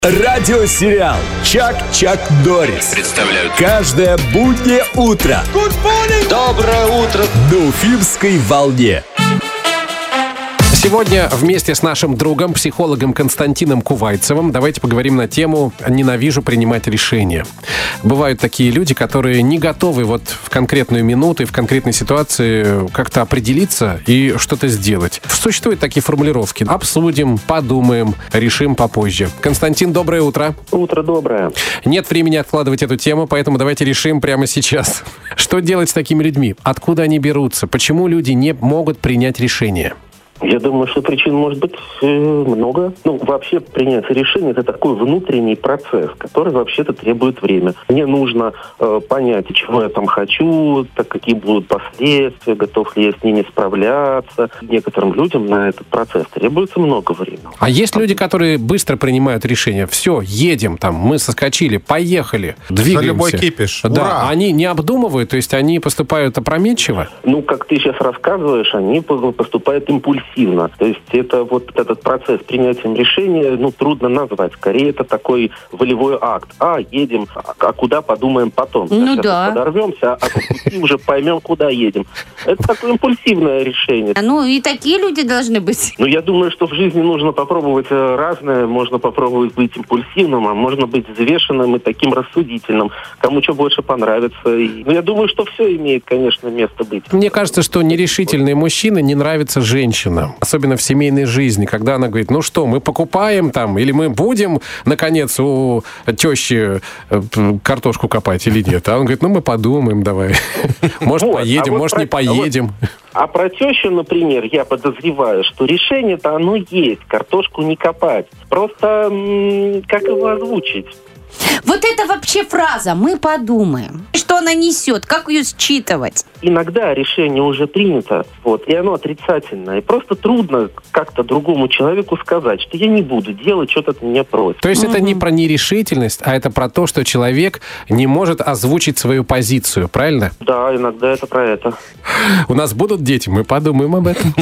Радиосериал «Чак-Чак Норрис» представляют. каждое буднее утро Доброе утро. на Уфимской волне. Сегодня вместе с нашим другом, психологом Константином Кувайцевым, давайте поговорим на тему «Ненавижу принимать решения». Бывают такие люди, которые не готовы вот в конкретную минуту и в конкретной ситуации как-то определиться и что-то сделать. Существуют такие формулировки: обсудим, подумаем, решим попозже. Константин, доброе утро. Утро доброе. Нет времени откладывать эту тему, поэтому давайте решим прямо сейчас. Что делать с такими людьми? Откуда они берутся? Почему люди не могут принять решение? Я думаю, что причин может быть много. Вообще принятие решения – это такой внутренний процесс, который вообще-то требует времени. Мне нужно понять, чего я там хочу, какие будут последствия, готов ли я с ними справляться. Некоторым людям на этот процесс требуется много времени. А есть люди, которые быстро принимают решения. Все, едем там, мы соскочили, поехали, двигаемся. За любой кипиш. Да, Ура! они не обдумывают, то есть они поступают опрометчиво? Как ты сейчас рассказываешь, они поступают импульсивно. То есть это вот этот процесс принятия решения, трудно назвать. Скорее, это такой волевой акт. Едем, а куда подумаем потом. Да. Подорвемся, а по пути уже поймем, куда едем. Это такое импульсивное решение. И такие люди должны быть. Я думаю, что в жизни нужно попробовать разное. Можно попробовать быть импульсивным, а можно быть взвешенным и таким рассудительным. Кому что больше понравится. Я думаю, что все имеет, конечно, место быть. Мне кажется, что нерешительные мужчины не нравятся женщинам. Особенно в семейной жизни, когда она говорит: мы покупаем там, или мы будем, наконец, у тещи картошку копать или нет. А он говорит: мы подумаем, давай. Может, поедем, может, не поедем. А про тещу, например, я подозреваю, что решение-то оно есть, картошку не копать. Просто как его озвучить? Вот это вообще фраза «мы подумаем». Что она несет? Как ее считывать? Иногда решение уже принято, и оно отрицательное. И просто трудно как-то другому человеку сказать, что я не буду делать, что-то от меня просит. То есть это не про нерешительность, а это про то, что человек не может озвучить свою позицию, правильно? Да, иногда это про это. У нас будут дети, мы подумаем об этом.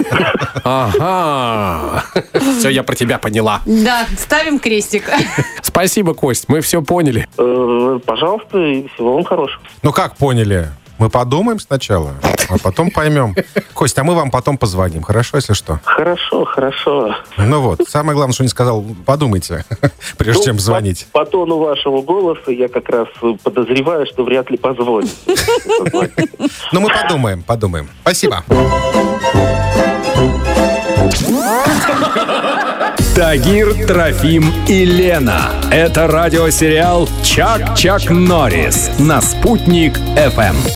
Ага. Все, я про тебя поняла. Да, ставим крестик. Спасибо, Кость, мы все поняли. Пожалуйста, и всего вам хорошего. Как поняли? Мы подумаем сначала, а потом поймем. Кость, а мы вам потом позвоним, хорошо, если что? Хорошо. Самое главное, что не сказал, подумайте, прежде чем звонить. По тону вашего голоса я как раз подозреваю, что вряд ли позвонит. Мы подумаем. Спасибо. Тагир, Трофим и Лена. Это радиосериал «Чак-Чак Норрис» на «Спутник ФМ».